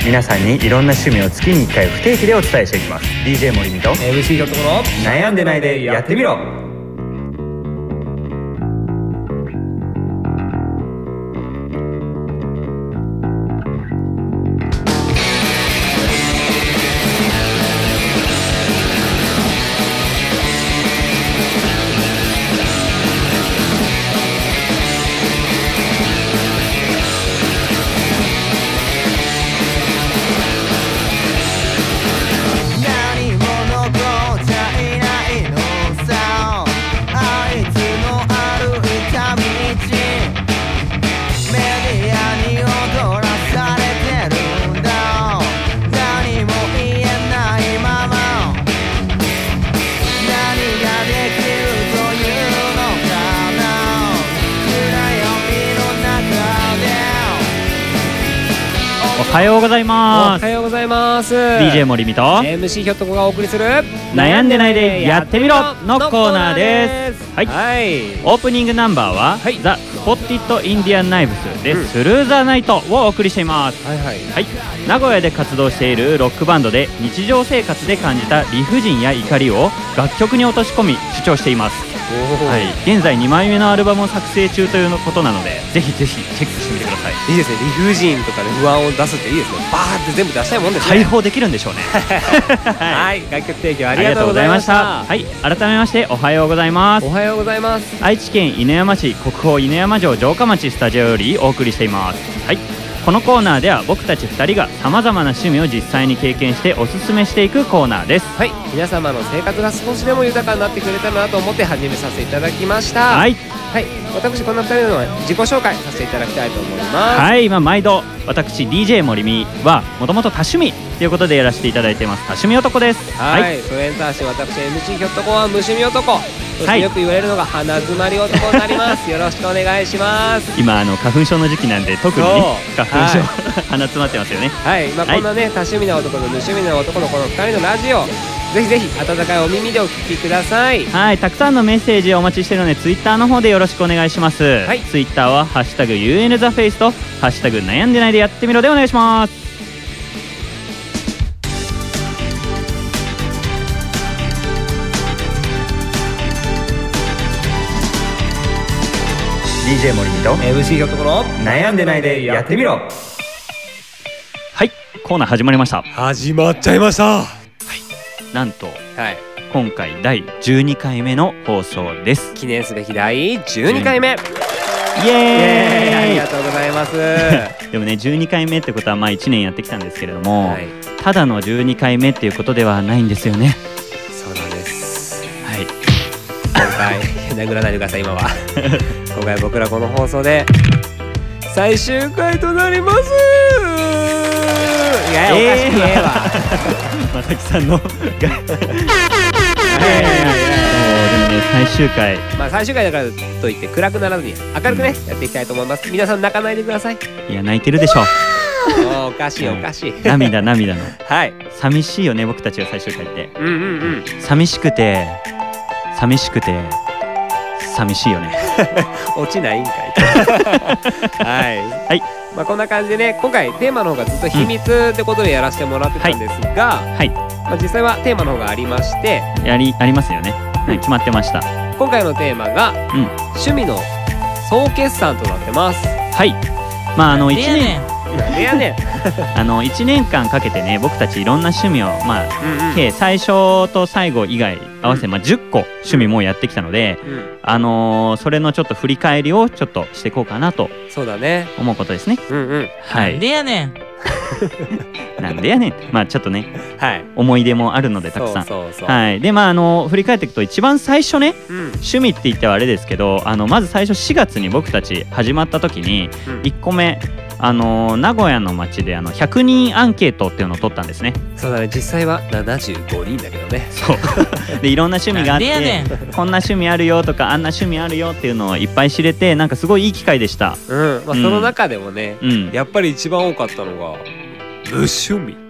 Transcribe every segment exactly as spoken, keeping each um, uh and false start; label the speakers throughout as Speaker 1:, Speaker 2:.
Speaker 1: 皆さんにいろんな趣味を月にいっかい不定期でお伝えしていきます。 ディージェー 森美と
Speaker 2: エムシー ひょっとこの
Speaker 1: 悩んでないでやってみろ。 おはようございます。
Speaker 2: おはようございます。
Speaker 1: ディージェー 森美と
Speaker 2: エムシー ひょっとこがお送りする
Speaker 1: 悩んでないでやってみろのコーナーです。はい、はい、オープニングナンバーは、はい、ザ・スポッティッド・インディアン・ナイブスで、うん、スルー・ザ・ナイトをお送りしています。はい、はいはい、名古屋で活動しているロックバンドで日常生活で感じた理不尽や怒りを楽曲に落とし込み主張しています。はい、現在にまいめのアルバムを作成中ということなので、ぜひぜひチェックしてみてください。
Speaker 2: いいですね。理不尽とかで不安を出すっていいですね。バーって全部出したいもんですね。
Speaker 1: 解放できるんでしょうね。
Speaker 2: はい、楽曲提供ありがとうございました。
Speaker 1: はい、改めましておはようございます。
Speaker 2: おはようございます。
Speaker 1: 愛知県犬山市国宝犬山城城下町スタジオよりお送りしています。はい、このコーナーでは僕たちふたりがさまざまな趣味を実際に経験しておすすめしていくコーナーです。
Speaker 2: はい、皆様の生活が少しでも豊かになってくれたらなと思って始めさせていただきました。はい、はい、私このふたりの自己紹介させていただきたいと思います。
Speaker 1: はい、まあ、毎度私 ディージェー 森美はもともと多趣味ということでやらせていただいています。多趣味男です。
Speaker 2: はい、はい、それに対して私 エムシー ひょっとこは無趣味男、そしてよく言われるのが鼻詰まり男になります。よろしくお願いします。
Speaker 1: 今あの花粉症の時期なんで特に、ね、花粉症、はい、鼻詰まってますよね。
Speaker 2: はい、まあ、こんなね、はい、多趣味な男と無趣味な男のこのふたりのラジオ、ぜひぜひ温かいお耳でお聞きください。
Speaker 1: はい、たくさんのメッセージをお待ちしているのでツイッターの方でよろしくお願いします。はい、ツイッターはハッシュタグ ユーエヌ ザフェイスとハッシュタグ悩んでないでやってみろでお願いします。ディージェー 森美と
Speaker 2: エムシー ひょっとこの
Speaker 1: 悩んでないでやってみろ。はい、コーナー始まりました。
Speaker 2: 始まっちゃいました。はい、
Speaker 1: なんと、
Speaker 2: はい、
Speaker 1: 今回だいじゅうにかいめの放送です。
Speaker 2: 記念すべきだいじゅうにかいめ。
Speaker 1: イエーイ、
Speaker 2: ありがとうございます。
Speaker 1: でもね、じゅうにかいめってことはまあいちねんやってきたんですけれども、はい、ただのじゅうにかいめっていうことではないんですよね。
Speaker 2: そうなんです。はい、
Speaker 1: 今
Speaker 2: 回殴らないでください。今は今回僕らこの放送で最終回となります。いや、おかしくねえわ。
Speaker 1: まさきさんのでもね、最終回、
Speaker 2: まあ最終回だからといって暗くならずに明るくね、うん、やっていきたいと思います。皆さん泣かないでください。
Speaker 1: いや、泣いてるでしょ。
Speaker 2: おかしいおかしい。
Speaker 1: 涙涙の。
Speaker 2: はい、
Speaker 1: 寂しいよね、僕たちが最終回って。
Speaker 2: うんうんうん。
Speaker 1: 寂しくて寂しくて寂しいよね。
Speaker 2: 落ちないんかい。はいはい、まあこんな感じでね、今回テーマの方がずっと秘密ってことでやらせてもらってたんですが、はい、まあ実際はテーマの方がありまして、
Speaker 1: やりありますよね。はい、決まってました。
Speaker 2: 今回のテーマが、うん、趣味の総決算となってます。
Speaker 1: はい、まああのいちねん
Speaker 2: なんでやねん
Speaker 1: あのいちねんかんかけてね、僕たちいろんな趣味を、まあ、うんうん、計最初と最後以外合わせて、うん、まあ、じゅっこ趣味もやってきたので、うん、あのー、それのちょっと振り返りをちょっとしていこうかなと。そうだね、思うことですね。うんうん、はい、なんでやねんなんでやねん。まあちょっとね、はい、思い出もあるのでたくさん。そうそうそう、はい、でまああの振り返っていくと、一番最初ね、うん、趣味って言ってはあれですけど、あのまず最初しがつに僕たち始まった時に、うん、いっこめ、あの名古屋の街であのひゃくにんアンケートっていうのを取ったんですね。
Speaker 2: そうだね、実際はななじゅうごにんだけどね。
Speaker 1: そうでいろんな趣味があって、こんな趣味あるよとかあんな趣味あるよっていうのをいっぱい知れて、なんかすごいいい機会でした。うん、まあ、うん、その中でもね、うん、やっぱり一番多かったのが無趣味っていうね。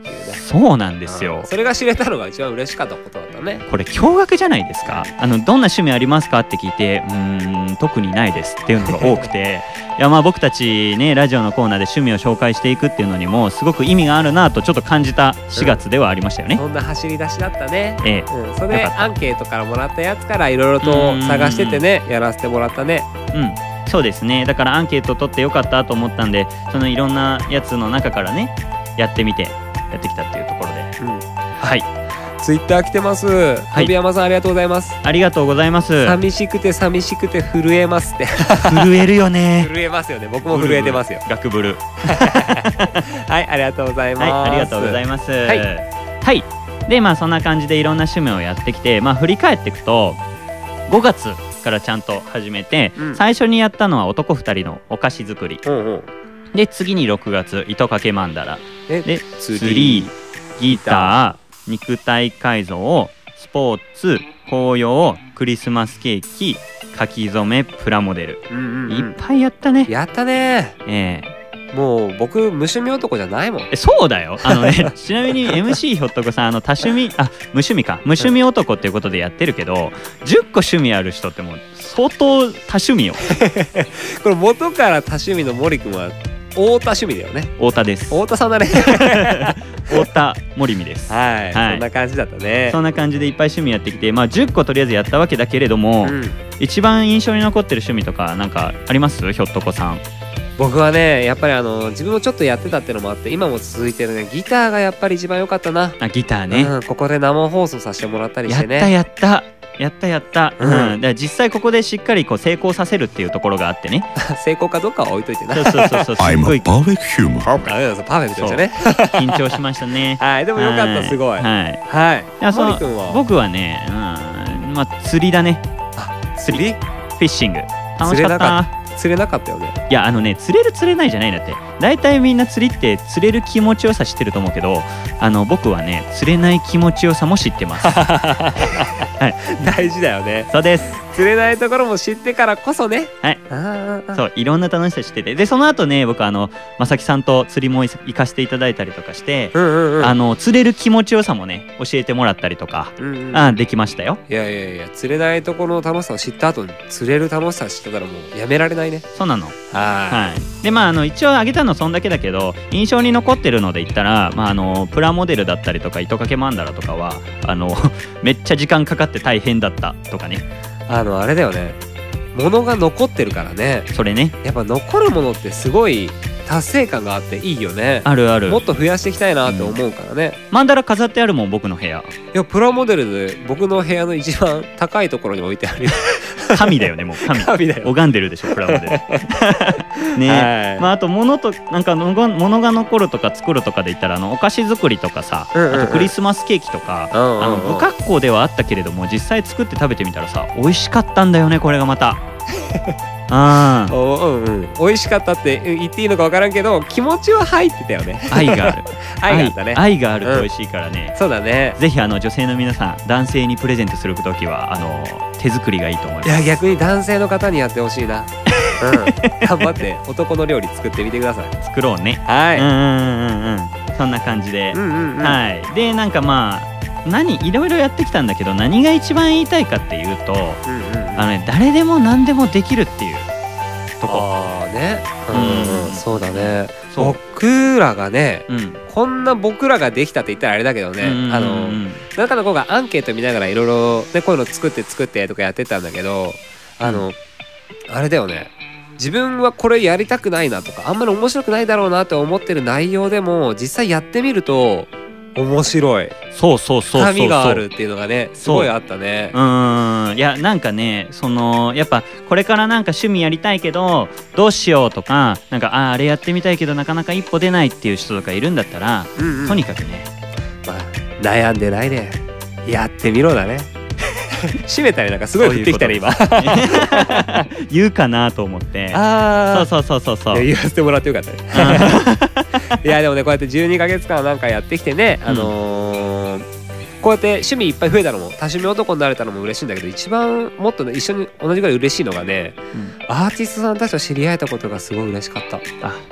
Speaker 1: そうなんですよ。
Speaker 2: それが知れたのが一番嬉しかったことだったね。
Speaker 1: これ驚愕じゃないですか。あのどんな趣味ありますかって聞いて、うーん特にないですっていうのが多くていやまあ僕たちねラジオのコーナーで趣味を紹介していくっていうのにもすごく意味があるなとちょっと感じたしがつではありましたよね。
Speaker 2: そんな走り出しだったね。
Speaker 1: ええ、
Speaker 2: うん、それでアンケートからもらったやつからいろいろと探しててねやらせてもらったね。
Speaker 1: うん、そうですね。だからアンケート取ってよかったと思ったんで、そのいろんなやつの中からねやってみてやってきたっていうところで、うん、はい。
Speaker 2: ツイッター来てます。飛山さんありがとうございます。
Speaker 1: ありがとうございます。
Speaker 2: 寂しくて寂しくて震えますって
Speaker 1: 震えるよね。
Speaker 2: 震えますよね。僕も震えてますよ。
Speaker 1: ガクブル
Speaker 2: はいありがとうございます。
Speaker 1: はいありがとうございます。はい、はい、でまあそんな感じでいろんな趣味をやってきて、まあ振り返っていくとごがつからちゃんと始めて、うん、最初にやったのは男ふたりのお菓子作り、うんうん、で次にろくがつ糸かけマンダラで釣りギター肉体改造スポーツ紅葉クリスマスケーキ書き初めプラモデル、うんうんうん、いっぱいやったね。
Speaker 2: やったね。
Speaker 1: え
Speaker 2: えもう僕無趣味男じゃないもん。
Speaker 1: えそうだよ。あのねちなみに エムシー ひょっとこさんあの多趣味あ無趣味か無趣味男っていうことでやってるけど、じゅっこ趣味ある人ってもう相当多趣味よ
Speaker 2: これ元から多趣味の森くんは太田趣味だよね。
Speaker 1: 太田です。
Speaker 2: 太田さんだね
Speaker 1: 太田森美です。
Speaker 2: はい、はい、そんな感じだったね。
Speaker 1: そんな感じでいっぱい趣味やってきて、まあじゅっことりあえずやったわけだけれども、うん、一番印象に残ってる趣味とかなんかあります？ひょっとこさん。
Speaker 2: 僕はねやっぱりあの自分もちょっとやってたっていうのもあって今も続いてるねギターがやっぱり一番良かったな。
Speaker 1: あギターね、
Speaker 2: うん、ここで生放送させてもらったりしてね。
Speaker 1: やったやったやったやった、うん、うん、だから実際ここでしっかりこう成功させるっていうところがあってね
Speaker 2: 成功かどうかは置いといてな。
Speaker 1: そうそうそうそうすごい
Speaker 2: パーフェクトヒューマンパーフェクトでしたね
Speaker 1: 緊張しましたね
Speaker 2: はいでもよかったすごいはいはい。
Speaker 1: いやその僕はね、うんまあ釣りだね。
Speaker 2: あ釣りフ
Speaker 1: ィッシング楽しかった。
Speaker 2: 釣れなかったよね。
Speaker 1: いやあのね釣れる釣れないじゃないんだって。大体みんな釣りって釣れる気持ちよさ知ってると思うけど、あの僕はね釣れない気持ちよさも知ってますはい、
Speaker 2: 大事だよね。
Speaker 1: そうです。
Speaker 2: 釣れないところも知ってからこそね。
Speaker 1: はい。あそういろんな楽しさ知ってて、でその後ね僕あのまさきさんと釣りも行かせていただいたりとかして、うんうんうん、あの釣れる気持ちよさもね教えてもらったりとか、うんうん、あできましたよ。
Speaker 2: いやいやいや釣れないところの楽しさを知った後に釣れる楽しさを知ってたらもうやめられないね。
Speaker 1: そうなの。はい。でまああの一応あげたのそんだけだけど印象に残ってるので言ったら、まあ、あのプラモデルだったりとか糸かけマンダラとかはあのめっちゃ時間かかって大変だったとかね。
Speaker 2: あのあれだよね物が残ってるからね。
Speaker 1: それね
Speaker 2: やっぱ残るものってすごい達成感があっていいよね。
Speaker 1: あるある。
Speaker 2: もっと増やしていきたいなって思うからね、
Speaker 1: うん、マンダラ飾ってあるもん僕の部屋。
Speaker 2: いやプラモデルで僕の部屋の一番高いところに置いてあるよ
Speaker 1: 神だよねもう 神, 神だよ。拝んでるでしょプラモデルね、はい、まああと物となんか物が残るとか作るとかで言ったらあのお菓子作りとかさ、うんうんうん、あとクリスマスケーキとか、うんうんうん、あの不格好ではあったけれども実際作って食べてみたらさ美味しかったんだよねこれがまたあ
Speaker 2: おうんうん、美味しかったって言っていいのか分からんけど気持ちは入ってたよね。
Speaker 1: 愛がある
Speaker 2: 愛があったね。
Speaker 1: 愛があると美味しいからね、
Speaker 2: うん、そうだね。
Speaker 1: ぜひあの女性の皆さん男性にプレゼントするときはあの手作りがいいと思います。
Speaker 2: いや逆に男性の方にやってほしいな、うん、頑張って男の料理作ってみてください。
Speaker 1: 作ろうね。
Speaker 2: はい、
Speaker 1: うんうんうんうんそんな感じで、うんうんうん、はいでなんかまあ何いろいろやってきたんだけど何が一番言いたいかっていうと、うんうんうん、あのね誰でも何でもできるっていうとこ。
Speaker 2: あーね、うんうん、そうだね。僕らがね、うん、こんな僕らができたって言ったらあれだけどね、うんうんうん、あの中の子がアンケート見ながらいろいろこういうの作って作ってとかやってたんだけど、あの、うん、あれだよね自分はこれやりたくないなとかあんまり面白くないだろうなって思ってる内容でも実際やってみると面白い。
Speaker 1: そうそうそうそうそう
Speaker 2: 深みがあるっていうのがねすごいあったね。
Speaker 1: うーんいやなんかねそのやっぱこれからなんか趣味やりたいけどどうしようとかなんかああれやってみたいけどなかなか一歩出ないっていう人とかいるんだったら、うんうん、とにかくね、
Speaker 2: まあ、悩んでないでやってみろだね閉めたりなんかすごい降ってきたね今
Speaker 1: 言うかなと思って。
Speaker 2: あ
Speaker 1: そうそうそうそうそう
Speaker 2: 言わせてもらってよかったねいやでもねこうやってじゅうにかげつかんなんかやってきてね、あのーうん、こうやって趣味いっぱい増えたのも多趣味男になれたのも嬉しいんだけど一番もっとね一緒に同じぐらい嬉しいのがね、うん、アーティストさんたちと知り合えたことがすごい嬉しかった。
Speaker 1: あ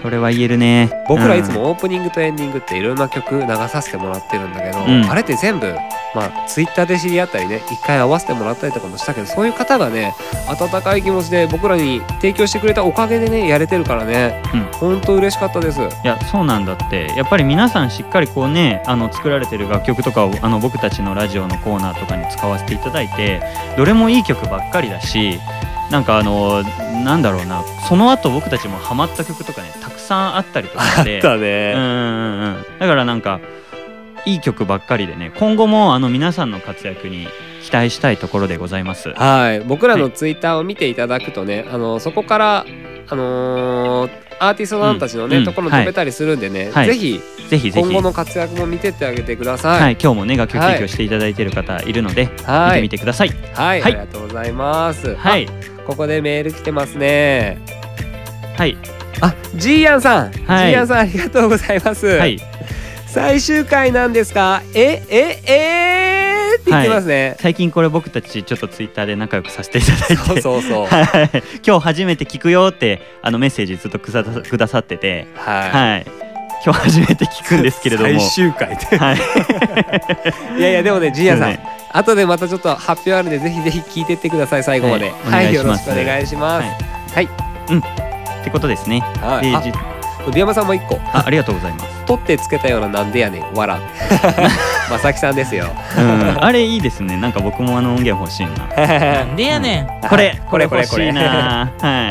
Speaker 1: それは言えるね。
Speaker 2: 僕らいつもオープニングとエンディングっていろんな曲流させてもらってるんだけど、うん、あれって全部まあツイッターで知り合ったりね、一回合わせてもらったりとかもしたけど、そういう方がね温かい気持ちで僕らに提供してくれたおかげでねやれてるからね、うん、本当嬉しかったです。い
Speaker 1: やそうなんだって、やっぱり皆さんしっかりこうねあの作られてる楽曲とかをあの僕たちのラジオのコーナーとかに使わせていただいて、どれもいい曲ばっかりだし、なんかあのなんだろうな、その後僕たちもハマった曲とかねたくさんあったりとかして、
Speaker 2: あったね。
Speaker 1: うんうんうん。だからなんかいい曲ばっかりでね、今後もあの皆さんの活躍に期待したいところでございます。
Speaker 2: はい、僕らのツイッターを見ていただくとね、はい、あのそこからあのー、アーティストさんたちのね、うん、ところに飛べたりするんでね、はい、ぜひぜひぜひ今後の活躍も見てってあげてください。
Speaker 1: はい、今日もね楽曲提供していただいている方いるので、はい、見てみてください。
Speaker 2: はい、はい、ありがとうございます。はい、ここでメール来てますね。はい。あ、ジーヤンさん、はい、ジーヤンさんありがとうございます。はい。最終回なんですか？えええーって言ってますね。はい、
Speaker 1: 最近これ僕たちちょっとツイッターで仲良くさせていただいて、
Speaker 2: そうそうそう。
Speaker 1: はい。今日初めて聞くよってあのメッセージずっとくだくださってて、はい。はい。今日初めて聞くんですけれども。
Speaker 2: 最終回で。はい。いやいやでもね、ジーヤンさん。後でまたちょっと発表あるんでぜひぜひ聞いてってください、最後まで。はい、よろしくお願いします。はい。
Speaker 1: うん。ってことですね。はい。
Speaker 2: ビ山さんも一個。
Speaker 1: あ、ありがとうございます。
Speaker 2: 取ってつけたようななんでやねんわら。まさきさんですよ。
Speaker 1: うん。あれいいですね。なんか僕もあの音源欲しいな。
Speaker 3: なんでやねん。
Speaker 1: これこれこれ欲しいな。はい。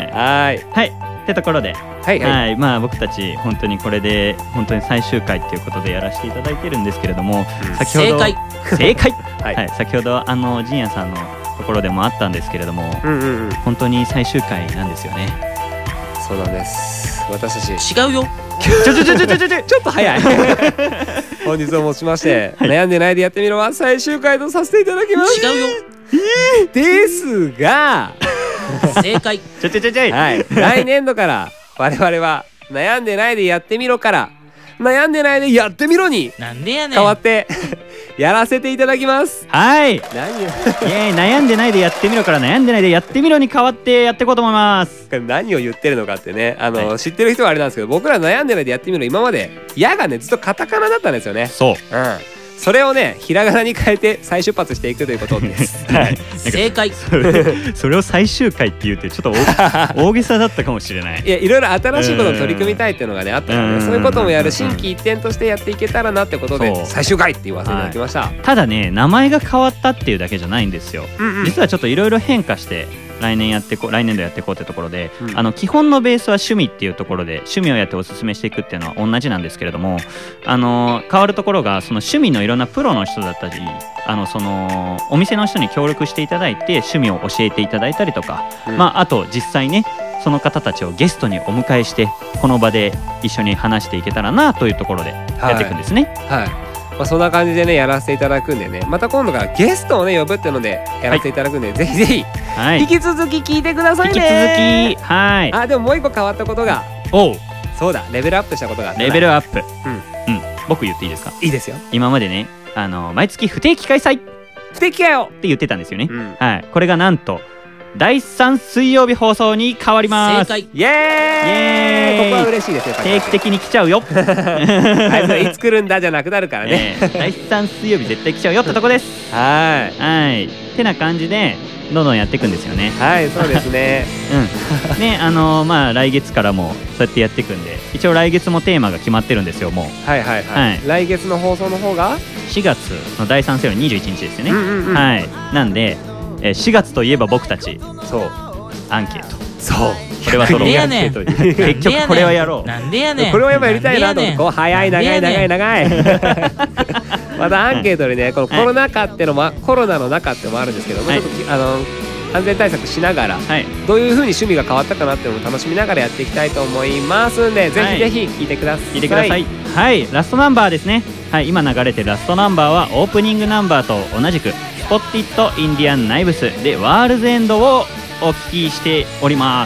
Speaker 2: はい
Speaker 1: はい。ってところで。はいはい。まあ僕たち本当にこれで本当に最終回っていうことでやらせていただいてるんですけれども、先ほど
Speaker 3: 正解
Speaker 1: 正解。はい。先ほどあの陣谷さんのところでもあったんですけれども、本当に最終回なんですよね。
Speaker 2: そうなんです。私たち
Speaker 3: 違うよ。
Speaker 2: ちょちょちょちょちょちょちょっと早い。本日をもちまして、はい、悩んでないでやってみろは最終回とさせていただきます。
Speaker 3: 違うよ。
Speaker 2: ですが
Speaker 3: 正解。
Speaker 1: ちょちょちょちょい。
Speaker 2: はい。来年度から我々は悩んでないでやってみろから悩んでないでやってみろに
Speaker 3: なんでやねん
Speaker 2: 変わってやらせていただきます。
Speaker 1: はい。
Speaker 2: 何
Speaker 1: イエーイ、悩んでないでやってみろから悩んでないでやってみろに変わってやっていこうと思います。
Speaker 2: 何を言ってるのかってね、あの、はい、知ってる人はあれなんですけど、僕ら悩んでないでやってみろ今まで「や」がねずっとカタカナだったんですよね。
Speaker 1: そう。うん。
Speaker 2: それをねひらがなに変えて再出発していくということです。はい、
Speaker 3: 正解。
Speaker 1: それ, それを最終回って言うてちょっと大げさだったかもしれない。
Speaker 2: いやいろいろ新しいことを取り組みたいっていうのがねあったからね、そういうこともやる心機一転としてやっていけたらなってことで最終回って言わせていただきました。はい、
Speaker 1: ただね名前が変わったっていうだけじゃないんですよ。うんうん、実はちょっといろいろ変化して来年やってこ来年度やっていこうってところで、うん、あの基本のベースは趣味っていうところで趣味をやっておすすめしていくっていうのは同じなんですけれども、あの変わるところがその趣味のいろんなプロの人だったり、あのそのお店の人に協力していただいて趣味を教えていただいたりとか、うん、まああと実際ねその方たちをゲストにお迎えしてこの場で一緒に話していけたらなというところでやっていくんですね。
Speaker 2: はい、はい、まあ、そんな感じでねやらせていただくんでね、また今度からゲストをね呼ぶっていうのでやらせていただくんで、はい、ぜひぜひ、はい、引き続き聞いてくださいね。
Speaker 1: 引き続き、はい。
Speaker 2: あ、でももう一個変わったことが、
Speaker 1: おう、
Speaker 2: そうだ、レベルアップしたことがあった。
Speaker 1: レベルアップ。うん、うん、僕言っていいですか？
Speaker 2: いいですよ。
Speaker 1: 今までね、あの毎月不定期開催
Speaker 2: 不定期かよ
Speaker 1: って言ってたんですよね。うん、はい。これがなんとだいさん水曜日放送に変わります。
Speaker 3: 正解。
Speaker 2: イエーイ。イエーイ。ここは嬉しいですよ。
Speaker 1: 定期的に来ちゃうよ。
Speaker 2: あいついつ来るんだじゃなくなるからね。
Speaker 1: だいさん水曜日絶対来ちゃうよってとこです。
Speaker 2: はい。
Speaker 1: はい。ってな感じでどんどんやっていくんですよね。
Speaker 2: はい、そうですね。
Speaker 1: うん。ね、あのまあ来月からもそうやってやっていくんで、一応来月もテーマが決まってるんですよ、もう。
Speaker 2: はいはいはい。はい、来月の放送の方が
Speaker 1: しがつのだいさん水曜日にじゅういちにちですよね。うんうんうん、はい。なんで。しがつといえば僕たち
Speaker 2: そう
Speaker 1: アンケート
Speaker 2: そう
Speaker 1: これは取ろう結局これはやろう
Speaker 3: なんでやねん
Speaker 2: これはやっぱやりたいなとこう早い長い長い長いまたアンケートにねこのコロナ禍ってのもコロナの中ってのもあるんですけども、はい、ちょっとあの安全対策しながら、はい、どういう風に趣味が変わったかなっていうのも楽しみながらやっていきたいと思いますんで、はい、ぜひぜひ聞いてください。
Speaker 1: 聞いてください。はい、ラストナンバーですね。はい、今流れてるラストナンバーはオープニングナンバーと同じくスポッティットインディアンナイブスでワールズエンドをお聞きしております。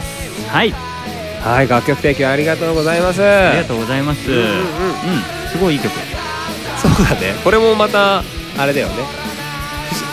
Speaker 1: はい
Speaker 2: はい、楽曲提供ありがとうございます。
Speaker 1: ありがとうございます。うん、うんうん、すごいいい曲。
Speaker 2: そうだね。これもまたあれだよね。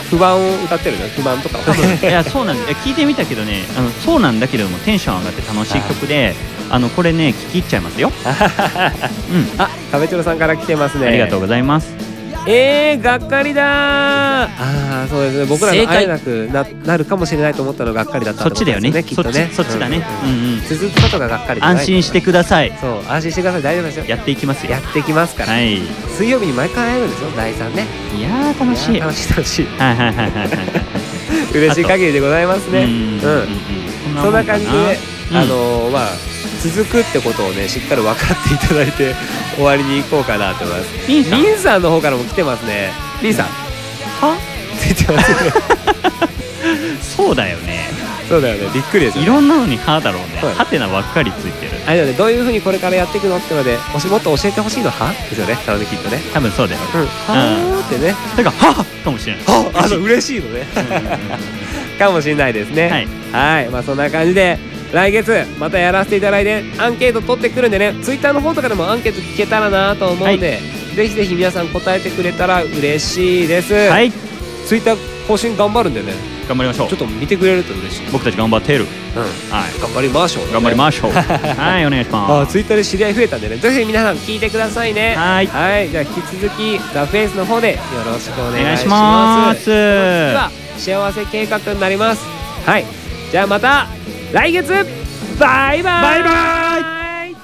Speaker 2: 不満を歌ってるの？不満とか
Speaker 1: 多分いやそうなんです。聞いてみたけどね、あのそうなんだけれどもテンション上がって楽しい曲で、あのこれね聴き入っちゃいますよ。うん。
Speaker 2: あ、かべちょろさんから来てますね。
Speaker 1: ありがとうございます。
Speaker 2: えー、がっかりだ。ああ、そうですね。僕らの会えなく な, なるかもしれないと思ったのががっかりだったと思うんですよね。きっとね。
Speaker 1: そっちだね。うんうん。
Speaker 2: 続くことががっかり。
Speaker 1: 安心してください。
Speaker 2: そう、安心してください。大丈夫ですよ。
Speaker 1: やっていきますよ。
Speaker 2: やっていきますから。はい。水曜日に毎回会えるんですよ。だいさんね。
Speaker 1: いやー楽しい。
Speaker 2: 楽しい楽しい。
Speaker 1: はいはいはいはいはい。
Speaker 2: 嬉しい限りでございますね。うん。そんな感じで、あのまあ続くってことをねしっかり分かっていただいて終わりに行こうかなと思います。リンさん、リンさんの方からも来てますね。リンさん
Speaker 1: は
Speaker 2: って言ってますね。
Speaker 1: そうだよね。
Speaker 2: そうだよね。びっくりですよね。
Speaker 1: いろんなのにはだろうね。はてなばっかりついてる。
Speaker 2: あれだね。どういう風にこれからやっていくのってのでもしもっと教えてほしいのはですよね。多分きっとね。
Speaker 1: 多分そうだよ。
Speaker 2: うん。はーってね。
Speaker 1: それがはかもしれない。
Speaker 2: はあの嬉しいのね。かもしれないですね。はい。はい。まあそんな感じで。来月またやらせていただいてアンケート取ってくるんでね、ツイッターの方とかでもアンケート聞けたらなと思うんで、はい、ぜひぜひ皆さん答えてくれたら嬉しいです。はい。ツイッター更新頑張るんでね、
Speaker 1: 頑張りましょう。
Speaker 2: ちょっと見てくれると嬉しい。
Speaker 1: 僕たち頑張ってる。
Speaker 2: うん、はい、頑張りましょう、ね、
Speaker 1: 頑張りましょう。はい、お願いします。
Speaker 2: あ、ツイッターで知り合い増えたんでね、ぜひ皆さん聞いてくださいね。はい、はい、じゃあ引き続きザ・フェイスの方でよろしくお願いします。次は幸せ計画になります。はい、じゃあまた来月バイバイバイバイ。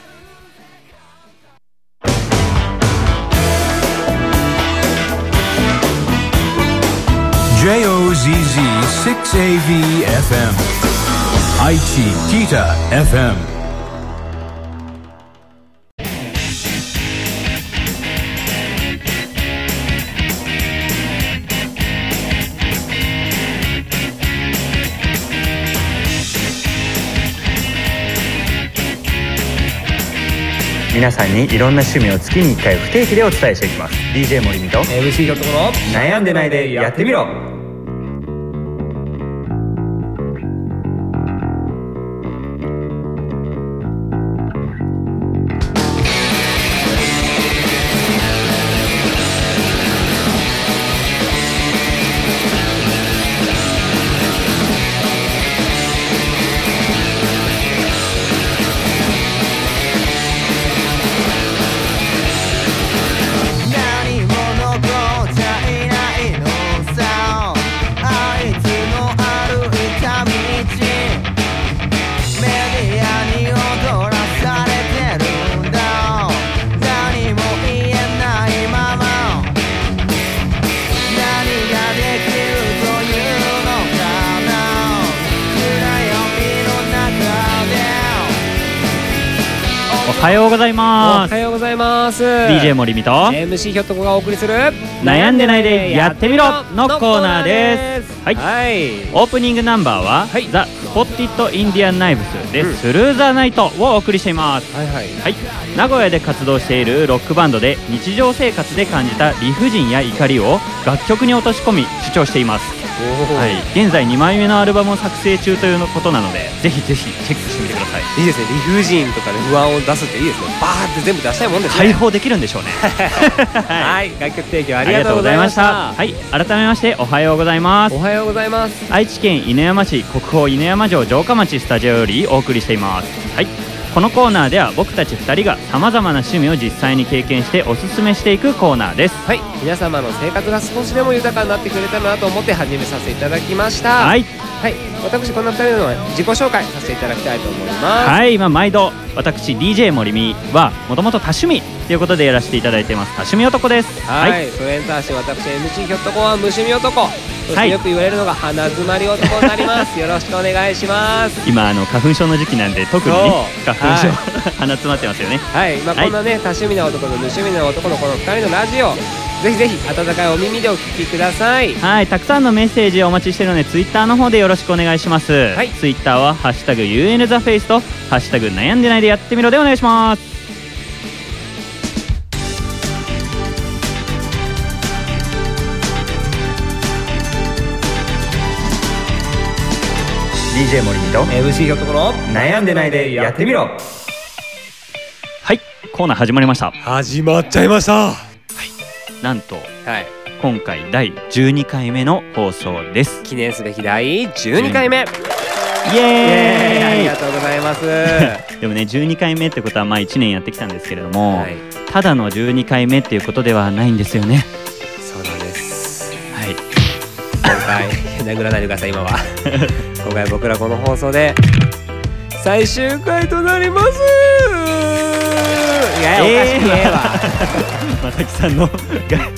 Speaker 4: ジェイオーゼットゼットシックスエーブイエフエム 愛知キタ エフエム。
Speaker 1: 皆さんにいろんな趣味を月にいっかい不定期でお伝えしていきます。 ディージェー 森美と
Speaker 2: エムシー ひょっとこの
Speaker 1: 悩んでないでやってみろ。おはようございます。
Speaker 2: おはようございます。 デ
Speaker 1: ィージェー 森美と
Speaker 2: エムシー ひょっとこがお送りする
Speaker 1: 悩んでないでやってみろのコーナーです。はい、はい、オープニングナンバーは、はい、ザ・スポッティッド・インディアン・ナイブスで、うん、スルー・ザ・ナイトをお送りしています。はいはい、はい、名古屋で活動しているロックバンドで日常生活で感じた理不尽や怒りを楽曲に落とし込み主張しています。はい、現在にまいめのアルバムを作成中ということなので、ぜひぜひチェックしてみてください。
Speaker 2: いいですね。理不尽とかで不安を出すっていいですね。バーって全部出したいもんですね。
Speaker 1: 解放できるんでしょうね。
Speaker 2: はい、楽曲提供ありがとうございました。
Speaker 1: はい、改めましておはようございます。
Speaker 2: おはようございます。
Speaker 1: 愛知県犬山市国宝犬山城城下町スタジオよりお送りしています。はい、このコーナーでは僕たちふたりがさまざまな趣味を実際に経験しておすすめしていくコーナーです。
Speaker 2: はい、皆様の生活が少しでも豊かになってくれたらなと思って始めさせていただきました。はい、はい、私こんなふたりの自己紹介させていただきたいと思います。
Speaker 1: はい、まあ、毎度私 ディージェー 森美はもともと多趣味ということでやらせていただいてます。多趣味男です。
Speaker 2: はい、はい、それに対して私 エムシー ひょっとこは無趣味男、そしてよく言われるのが鼻詰まり男になります。よろしくお願いします。
Speaker 1: 今あの花粉症の時期なんで特にね花粉症、はい、鼻詰まってますよね。
Speaker 2: はい、まあ、こんなね、はい、多趣味な男と無趣味な男のこのふたりのラジオ、ぜひぜひ温かいお耳でお聞きください。
Speaker 1: はい、たくさんのメッセージをお待ちしているのでツイッターの方でよろしくお願いします。はい、ツイッターはハッシュタグ ユーエヌ ザフェイスとハッシュタグ悩んでないでやってみろでお願いします。ディージェー 森美と
Speaker 2: エムシー ひょっとこの
Speaker 1: 悩んでないでやってみろ。はい、コーナー始まりました。
Speaker 2: 始まっちゃいました。はい、
Speaker 1: なんと、
Speaker 2: はい、
Speaker 1: 今回だいじゅうにかいめの放送です。
Speaker 2: 記念すべきだいじゅうにかいめ、イエ
Speaker 1: ーイ、イエーイ、
Speaker 2: ありがとうございます
Speaker 1: でもねじゅうにかいめってことはまあいちねんやってきたんですけれども、
Speaker 2: はい、
Speaker 1: ただのじゅうにかいめっていうことではないんですよね。
Speaker 2: そうなんです。
Speaker 1: はい、
Speaker 2: 今回殴らないでください今は今回僕らこの放送で最終回となります。いや、おかしくねえわ
Speaker 1: まさきさんのでも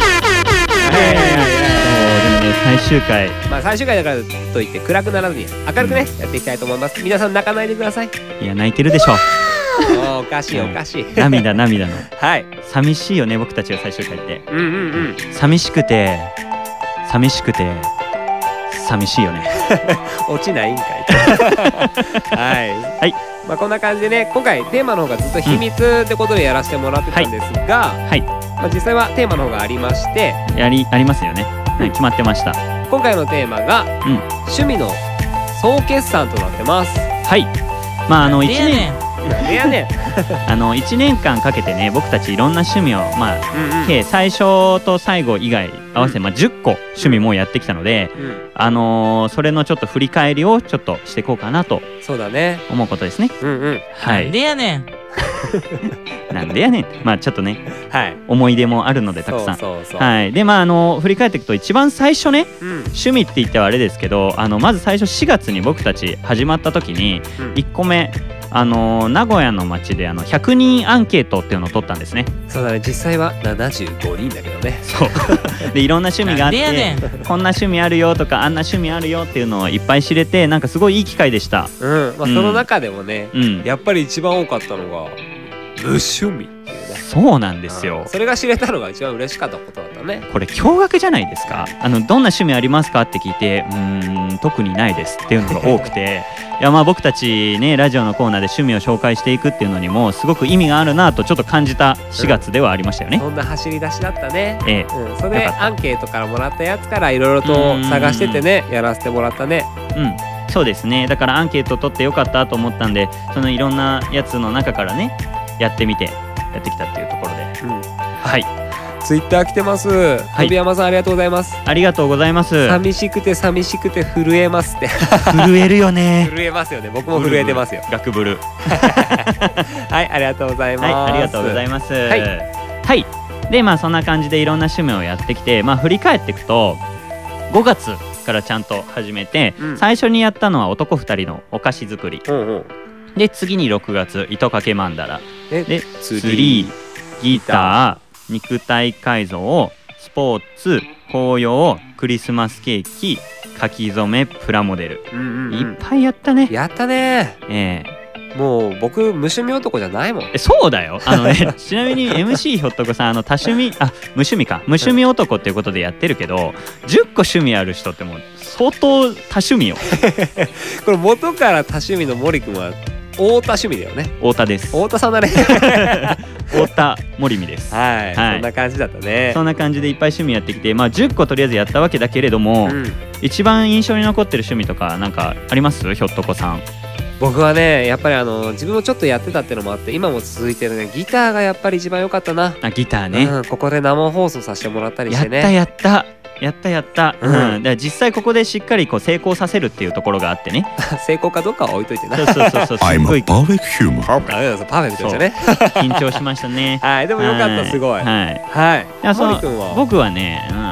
Speaker 1: ね最終回、
Speaker 2: まあ最終回だからといって暗くならずに明るくね、うん、やっていきたいと思います。皆さん泣かないでください。
Speaker 1: いや泣いてるでしょ
Speaker 2: おかしいおかしい
Speaker 1: 涙涙の
Speaker 2: はい
Speaker 1: 寂しいよね僕たちが最終回って。
Speaker 2: うんうんうん、
Speaker 1: 寂しくて寂しくて寂しいよね
Speaker 2: 落ちないんかいはい、はい、まあこんな感じでね、今回テーマの方がずっと秘密ってことでやらせてもらってたんですが、うん、はい、まあ、実際はテーマの方がありまして
Speaker 1: やりありますよね、うん、決まってました。
Speaker 2: 今回のテーマが、うん、趣味の総決算となってます。
Speaker 1: はい、まああのいちねん
Speaker 2: なんでやねん
Speaker 1: あのいちねんかんかけてね僕たちいろんな趣味をまあ、うんうん、計最初と最後以外合わせて、まあ、じゅっこ趣味もやってきたので、うん、あのー、それのちょっと振り返りをちょっとしていこうかなと
Speaker 2: そうだね
Speaker 1: 思うことですね。
Speaker 2: うんうん、
Speaker 1: はい、
Speaker 3: なんでやねん
Speaker 1: なんでやねんまあちょっとね、はい、思い出もあるのでたくさん。
Speaker 2: そうそうそう、
Speaker 1: はい、でまああの振り返っていくと一番最初ね、うん、趣味って言ってはあれですけど、あのまず最初しがつに僕たち始まった時にいっこめ、あの名古屋の街であのひゃくにんアンケートっていうのを取ったんですね。
Speaker 2: そうだね、実際はななじゅうごにんだけどね。
Speaker 1: そうでいろんな趣味があってこんな趣味あるよとかあんな趣味あるよっていうのをいっぱい知れて、なんかすごいいい機会でした。
Speaker 2: うん、まあ、その中でもね、うん、やっぱり一番多かったのが無趣味。
Speaker 1: そうなんですよ。
Speaker 2: それが知れたのが一番嬉しかったことだったね。
Speaker 1: これ驚愕じゃないですか。あのどんな趣味ありますかって聞いて、うーん特にないですっていうのが多くていやまあ僕たちねラジオのコーナーで趣味を紹介していくっていうのにもすごく意味があるなとちょっと感じたしがつではありましたよね。
Speaker 2: うん、そんな走り出しだったね。ええ、うん、それでアンケートからもらったやつからいろいろと探しててねやらせてもらったね。
Speaker 1: うん、そうですね。だからアンケート取ってよかったと思ったんで、そのいろんなやつの中からねやってみてやってきたっていうところで、うん、はい。
Speaker 2: ツイッター来てます。はい、飛山さんありがとうございます。
Speaker 1: ありがとうございます。
Speaker 2: 寂しくて寂しくて震えますって
Speaker 1: 震えるよね
Speaker 2: 震えますよね。僕も震えてますよ。
Speaker 1: ガクブル
Speaker 2: はいありがとうございます。
Speaker 1: はい、ありがとうございます。はい、はい、でまあそんな感じでいろんな趣味をやってきて、まあ振り返っていくとごがつからちゃんと始めて、うん、最初にやったのは男ふたりのお菓子作り、うんうん、で次にろくがつ糸かけマンダラで釣りギター肉体改造スポーツ紅葉クリスマスケーキ書き初めプラモデル、うんうんうん、いっぱいやったね。
Speaker 2: やったね。
Speaker 1: え
Speaker 2: えもう僕無趣味男じゃないもん。
Speaker 1: えそうだよ。あのねちなみに エムシー ひょっとこさんあの多趣味あ無趣味か無趣味男っていうことでやってるけど、じゅっこ趣味ある人ってもう相当多趣味よ
Speaker 2: これ元から多趣味の森くんは太田趣味だよね。
Speaker 1: 太田です。
Speaker 2: 太田さんだね
Speaker 1: 太田森美です。
Speaker 2: はい、はい、そんな感じだったね。
Speaker 1: そんな感じでいっぱい趣味やってきて、まあじゅっことりあえずやったわけだけれども、うん、一番印象に残ってる趣味とかなんかあります？ひょっとこさん。
Speaker 2: 僕はねやっぱりあの自分もちょっとやってたっていうのもあって今も続いてるねギターがやっぱり一番良かったな。
Speaker 1: あギターね、
Speaker 2: うん、ここで生放送させてもらったりしてね。
Speaker 1: やったやったやったやった、うん、うん、だから実際ここでしっかりこう成功させるっていうところがあってね
Speaker 2: 成功かどうかは置いといてな。
Speaker 1: そうそうそうそうすごい
Speaker 2: パーフェクトヒューマンパーフェクトでしたね
Speaker 1: 緊張しましたね
Speaker 2: はいでもよかったすごいはいはい。い
Speaker 1: やその僕はね、うん、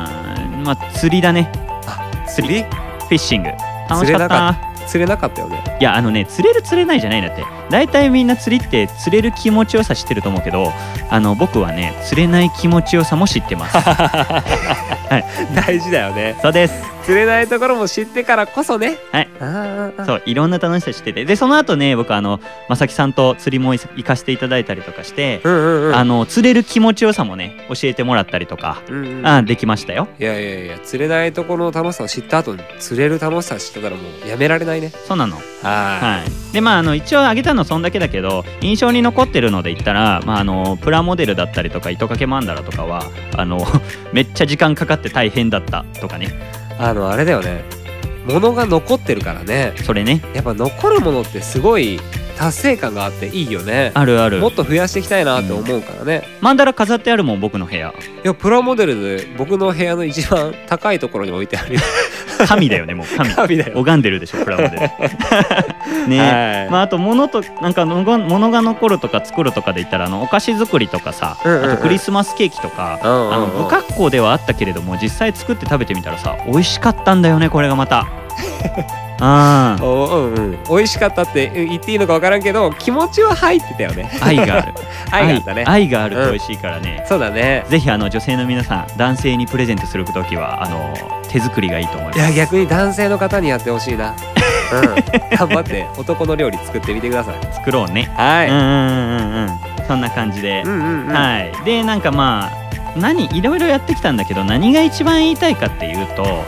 Speaker 1: まあ釣りだね。
Speaker 2: あ釣りフ
Speaker 1: ィッシング楽しかった。
Speaker 2: 釣れなかったよね。
Speaker 1: いやあのね釣れる釣れないじゃないんだって。大体みんな釣りって釣れる気持ちよさ知ってると思うけど、あの僕はね釣れない気持ちよさも知ってますはい、
Speaker 2: 大事だよね。
Speaker 1: そうです。
Speaker 2: 釣れないところも知ってからこそね。
Speaker 1: はい。あそういろんな楽しさ知ってて、でその後ね僕あのまさきさんと釣りも行かせていただいたりとかして、うんうんうん、あの釣れる気持ちよさもね教えてもらったりとか、うんうん、あできましたよ。
Speaker 2: いやいやいや釣れないところの楽しさを知った後に釣れる楽しさを知ってたらもうやめられないね。
Speaker 1: そうなの。はい。でまああの一応あげたのそんだけだけど印象に残ってるので言ったら、まあ、あのプラモデルだったりとか糸かけマンダラとかはあのめっちゃ時間かかって大変だったとかね。
Speaker 2: あのあれだよね物が残ってるからね。
Speaker 1: それね
Speaker 2: やっぱ残るものってすごい達成感があっていいよね。
Speaker 1: あるある。
Speaker 2: もっと増やしていきたいなって思うからね、
Speaker 1: うん、マンダラ飾ってあるもん僕の部屋。
Speaker 2: いやプラモデルで僕の部屋の一番高いところに置いてあるよ
Speaker 1: 神だよねもう神。
Speaker 2: 神だよ。
Speaker 1: 拝んでるでしょプラモデルね、はい、まああと物となんか物が残るとか作るとかで言ったらあのお菓子作りとかさ、うんうんうん、あとクリスマスケーキとか、うんうんうん、あの不格好ではあったけれども実際作って食べてみたらさ美味しかったんだよねこれがまたあ
Speaker 2: おうんうん、美味しかったって言っていいのか分からんけど気持ちは入ってたよね。
Speaker 1: 愛がある
Speaker 2: 愛があったね。
Speaker 1: 愛があると美味しいからね、
Speaker 2: うん、そうだね。
Speaker 1: ぜひあの女性の皆さん男性にプレゼントするときはあの手作りがいいと思います。
Speaker 2: いや逆に男性の方にやってほしいな、うん、頑張って男の料理作ってみてください。
Speaker 1: 作ろうね。
Speaker 2: はい、
Speaker 1: うんうんうんうん、そんな感じで、うんうんうん、はい。でなんかまあ何いろいろやってきたんだけど何が一番言いたいかっていうと、うんうんうん、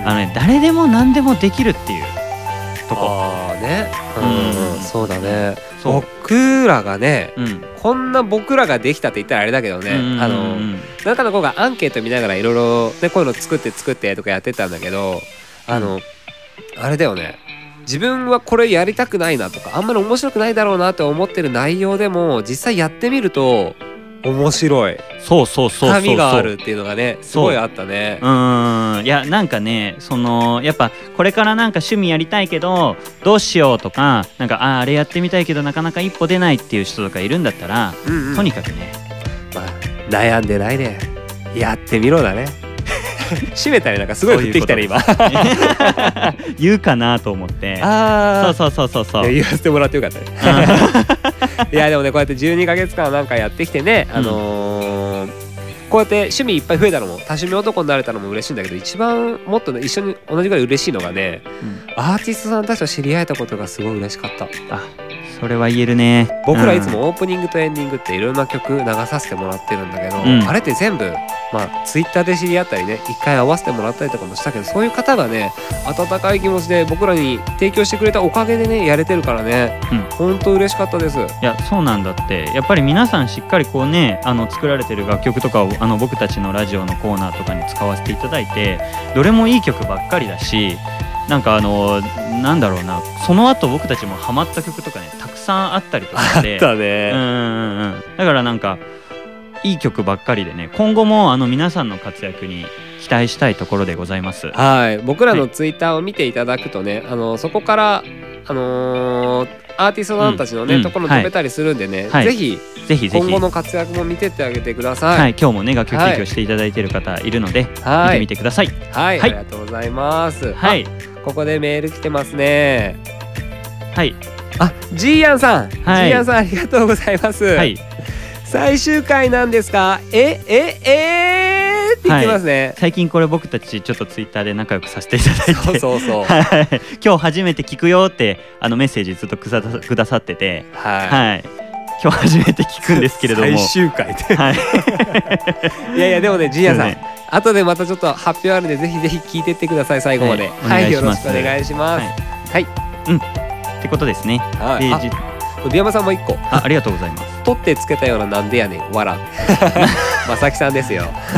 Speaker 1: あのね誰でも何でもできるっていうとこ。
Speaker 2: あーね、うんうん、そうだね。僕らがね、うん、こんな僕らができたって言ったらあれだけどね、うんうんうん、あのなんかの子がアンケート見ながらいろいろねこういうの作って作ってとかやってたんだけど、あの、うん、あれだよね。自分はこれやりたくないなとかあんまり面白くないだろうなって思ってる内容でも実際やってみると面白い。
Speaker 1: そうそうそうそうそう、
Speaker 2: 深みがあるっていうのがねすごいあったね。
Speaker 1: うーん、いやなんかねそのやっぱこれからなんか趣味やりたいけどどうしようとかなんかああれやってみたいけどなかなか一歩出ないっていう人とかいるんだったら、うんうん、とにかくね、
Speaker 2: まあ、悩んでないでやってみろだね。閉めたりなんかすごい降ってきたね今
Speaker 1: 言うかなと思って。
Speaker 2: あ
Speaker 1: そうそうそうそうそう
Speaker 2: 言わせてもらってよかったねいやでもねこうやってじゅうにかげつかんなんかやってきてね、あのーうん、こうやって趣味いっぱい増えたのも多趣味男になれたのも嬉しいんだけど一番もっとね一緒に同じぐらい嬉しいのがね、うん、アーティストさんたちと知り合えたことがすごい嬉しかった。
Speaker 1: あそれは言えるね。
Speaker 2: 僕らいつもオープニングとエンディングっていろんな曲流させてもらってるんだけど、うん、あれって全部まあツイッターで知り合ったりね一回会わせてもらったりとかもしたけどそういう方がね温かい気持ちで僕らに提供してくれたおかげでねやれてるからね、うん、ほんと嬉しかったです。い
Speaker 1: やそうなんだって。やっぱり皆さんしっかりこうねあの作られてる楽曲とかをあの僕たちのラジオのコーナーとかに使わせていただいてどれもいい曲ばっかりだしなんかあのなんだろうなその後僕たちもハマった曲とかねたくさんあったりとかして
Speaker 2: あったね。
Speaker 1: うんうんうんだからなんかいい曲ばっかりでね今後もあの皆さんの活躍に期待したいところでございます。
Speaker 2: はい僕らのツイッターを見ていただくとね、はい、あのそこからあのー、アーティストさんたちのね、うん、ところに飛べたりするんでね、はい、ぜひぜひ今後の活躍も見てってあげてください。
Speaker 1: はい今日もね楽曲提供していただいている方いるので、はい、見てみてください。
Speaker 2: はい、はい、ありがとうございます。
Speaker 1: はい
Speaker 2: ここでメール来てますね。
Speaker 1: はい
Speaker 2: あジーヤンさん、はい、ジーヤンさんありがとうございます。はい最終回なんですかえええー、って言ってますね、
Speaker 1: はい、最近これ僕たちちょっとツイッターで仲良くさせていただいて
Speaker 2: そうそうそう
Speaker 1: 今日初めて聞くよってあのメッセージずっとくださっててはい、はい、今日初めて聞くんですけれども
Speaker 2: 最終回で、はい、いやいやでもねジーヤンさん、ね、後でまたちょっと発表あるんでぜひぜひ聞いてってください最後まで。はい、はい、よろしくお願いします。はい、はい、
Speaker 1: うんってことですね。はい、
Speaker 2: でビ山さんも一個
Speaker 1: あ, ありがとうございます。
Speaker 2: 取ってつけたようななんでやねんわらまさきさんですよ、
Speaker 1: うん、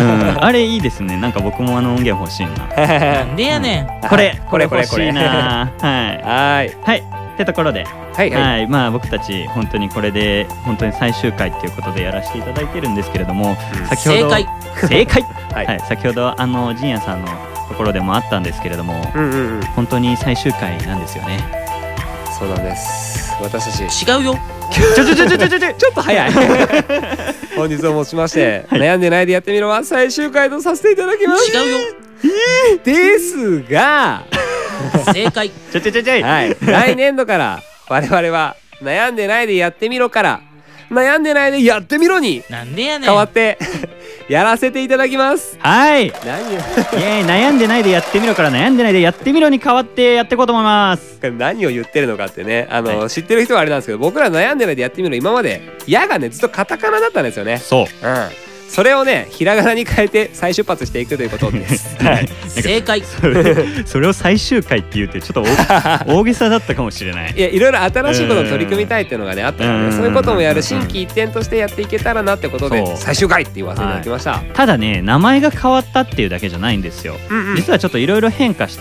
Speaker 1: あれいいですね。なんか僕もあの音源欲しいな
Speaker 3: なんでやねん
Speaker 1: これこれこれ欲しいなはい
Speaker 2: はい
Speaker 1: はいってところではい、はいはい、まあ僕たち本当にこれで本当に最終回っていうことでやらせていただいてるんですけれども、うん、先ほど
Speaker 3: 正解
Speaker 1: 正解、はいはい、先ほどあの陣谷さんのところでもあったんですけれども、うんうんうん、本当に最終回なんですよね。
Speaker 2: そうなんです。私たち
Speaker 3: 違うよ
Speaker 2: ちょちょちょちょちょちょちょちょっと早い本日をもちまして、はい、悩んでないでやってみろは最終回とさせていただきます。
Speaker 3: 違うよ
Speaker 2: ですが
Speaker 3: 正解
Speaker 1: ちょちょちょちょ、
Speaker 2: はい、来年度から我々は悩んでないでやってみろから悩んでないでやってみろに
Speaker 3: なんでやねん
Speaker 2: 変わってやらせていただきます。
Speaker 1: はい
Speaker 2: 何
Speaker 1: よイエーイ悩んでないでやってみろから悩んでないでやってみろに変わってやっていこうと思います。
Speaker 2: 何を言ってるのかってねあの、はい、知ってる人はあれなんですけど僕ら悩んでないでやってみろ今までやがねずっとカタカナだったんですよね。
Speaker 1: そう、うん、
Speaker 2: それをねひらがなに変えて再出発していくということです、はい、
Speaker 3: 正解
Speaker 1: それ, それを最終回って言うってちょっと大げさだったかもしれない。
Speaker 2: いやいろいろ新しいことを取り組みたいっていうのがねあったからねそういうこともやる心機一転としてやっていけたらなってことで最終回って言わせていただきました、はい、
Speaker 1: ただね名前が変わったっていうだけじゃないんですよ、うんうん、実はちょっといろいろ変化して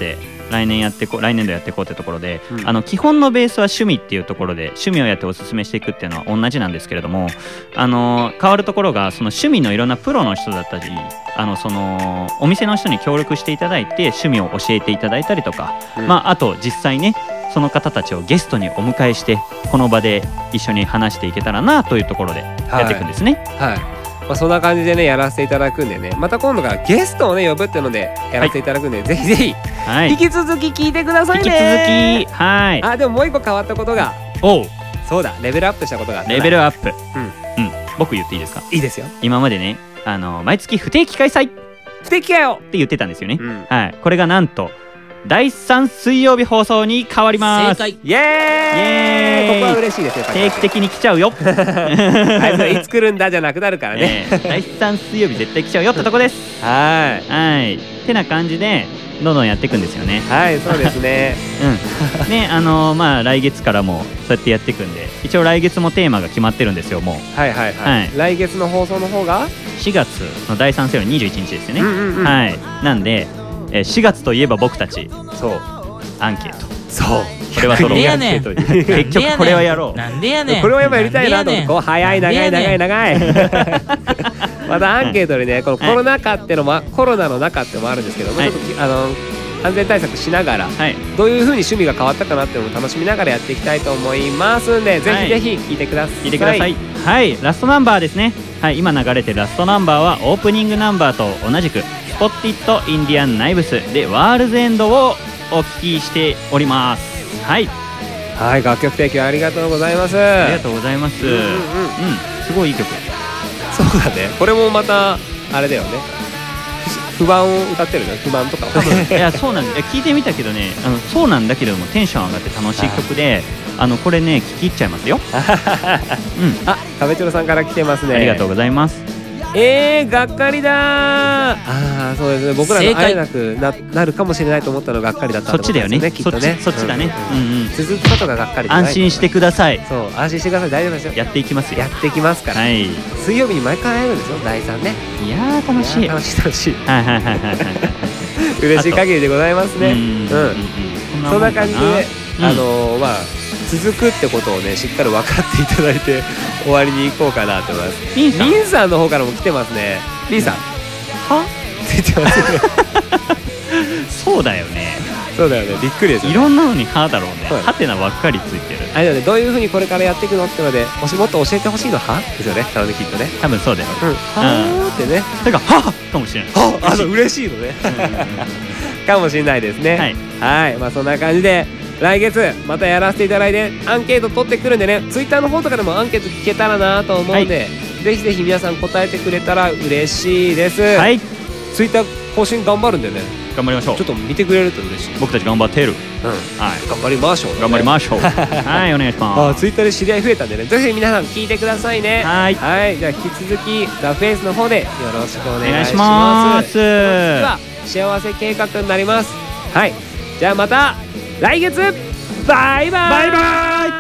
Speaker 1: 来年やってこ来年度やっていこうってところで、
Speaker 2: うん、
Speaker 1: あの基本のベースは趣味っていうところで趣味をやっておすすめしていくっていうのは同じなんですけれども、あの変わるところがその趣味のいろんなプロの人だったり、あのそのお店の人に協力していただいて趣味を教えていただいたりとか、うん、まああと実際ねその方たちをゲストにお迎えしてこの場で一緒に話していけたらなというところでやっていくんですね。
Speaker 2: はい、はい、まあ、そんな感じでねやらせていただくんでね、また今度からゲストをね呼ぶっていうのでやらせていただくんで、はい、ぜひぜひ、はい、引き続き聞いてくださいね。
Speaker 1: 引き続き、はい。
Speaker 2: あ、でももう一個変わったことが、
Speaker 1: おう、
Speaker 2: そうだ、レベルアップしたことがあった。
Speaker 1: レベルアップ、
Speaker 2: うん、
Speaker 1: うん、僕言っていいですか？
Speaker 2: いいですよ。
Speaker 1: 今までね、あの毎月不定期開催
Speaker 2: 不定期かよ
Speaker 1: って言ってたんですよね、
Speaker 2: うん、
Speaker 1: はい。これがなんとだいさん水曜日放送に変わります。
Speaker 3: 正解。
Speaker 2: イエーイ。ここは嬉しいですよ。
Speaker 1: 定期的に来ちゃうよ。
Speaker 2: あいついつ来るんだじゃなくなるからね。
Speaker 1: えー、だいさん水曜日絶対来ちゃうよってとこです。
Speaker 2: はい。
Speaker 1: はい。ってな感じでどんどんやっていくんですよね。
Speaker 2: はい、そうですね。
Speaker 1: うん。ね、あのー、まあ来月からもそうやってやっていくんで、一応来月もテーマが決まってるんですよ、もう。
Speaker 2: はいはいはい。はい、来月の放送の方が
Speaker 1: しがつのだいさん水曜日にじゅういちにちですよね。
Speaker 2: うんうんうん、
Speaker 1: はい。なんで。しがつといえば僕たち、
Speaker 2: そう
Speaker 1: アンケート、
Speaker 2: そう
Speaker 1: これはその
Speaker 3: やねん
Speaker 1: 結局これはやろう。
Speaker 3: なんでやねん。
Speaker 2: これはやっぱやりたいなと。こう早い長い長い長いまたアンケートでね、このコロナ禍ってのも、はい、コロナの中ってのもあるんですけども、はい、ちょっとあの安全対策しながら、はい、どういう風に趣味が変わったかなっていうのも楽しみながらやっていきたいと思いますんで、ぜひぜひ聞いてください。
Speaker 1: 聞いてください。はい、ラストナンバーですね。はい、今流れてるラストナンバーはオープニングナンバーと同じくスポッティットインディアンナイブスでワールズエンドをお聴きしております。はい
Speaker 2: はい、楽曲提供ありがとうございます。
Speaker 1: ありがとうございます。うんうんうん、うん、すごいいい曲。
Speaker 2: そうだね、これもまたあれだよね、不満を歌ってるね。不満とか
Speaker 1: いや、そうなんです。聞いてみたけどね、あのそうなんだけどもテンション上がって楽しい曲で、あのこれね聴き入っちゃいますよ。うん、
Speaker 2: あ、かべちょろさんから来てますね。
Speaker 1: ありがとうございます。
Speaker 2: えー、がっかりだー。ああ、そうですね、僕らが会えなく な, なるかもしれないと思ったのががっかりだった
Speaker 1: そっちだよね、
Speaker 2: きっとね。
Speaker 1: そっちだね。
Speaker 2: 続くことががっかり。
Speaker 1: 安心してください。
Speaker 2: そう、安心してください。大丈夫ですよ。
Speaker 1: やっていきますよ。
Speaker 2: やっていきますから。はい。水曜日に毎回会えるんですよ、だいさんね。
Speaker 1: いやー楽しい。
Speaker 2: 楽しい楽しい。
Speaker 1: はいはいはいはいはい。
Speaker 2: 嬉しい限りでございますね。うん。そんな感じで、あのまあ続くってことをねしっかり分かっていただいて終わりに行こうかなと思います。リンさん、リンさんの方からも来てますね。リンさんはって言ってますね。
Speaker 1: そうだよね。
Speaker 2: そうだよね、びっくりですよね。
Speaker 1: いろんなのにはだろうね。はてなばっかりついてる。
Speaker 2: あれだね、どういうふうにこれからやっていくのってのでもしもっと教えてほしいのはですよね、多分ね、きっとね。
Speaker 1: 多分そうだよ。
Speaker 2: うん、はーってね。
Speaker 1: だからはかもしれない。
Speaker 2: はあの嬉しいのね。かもしれないですね。はい、はい、まあそんな感じで来月またやらせていただいてアンケート取ってくるんでね、ツイッターの方とかでもアンケート聞けたらなと思うんで、はい、ぜひぜひ皆さん答えてくれたら嬉しいです。はい、ツイッター更新頑張るんでね、
Speaker 1: 頑張りましょう。
Speaker 2: ちょっと見てくれると嬉しい。
Speaker 1: 僕たち頑張ってる。
Speaker 2: うん、はい、頑張りましょう、ね、
Speaker 1: 頑張りましょう。はい、お願いします。
Speaker 2: あ、ツイッターで知り合い増えたんでね、ぜひ皆さん聞いてくださいね。はい、はい、じゃあ引き続きザ・フェイスの方でよろしくお願いします。では幸せ計画になります。はい、じゃあまた来月、バイバイバイバイ。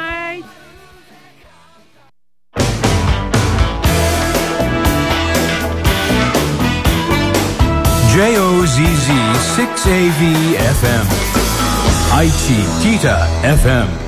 Speaker 4: ジェイオーゼットゼッド シックスエーブイ エフエム 愛知 ティータ エフエム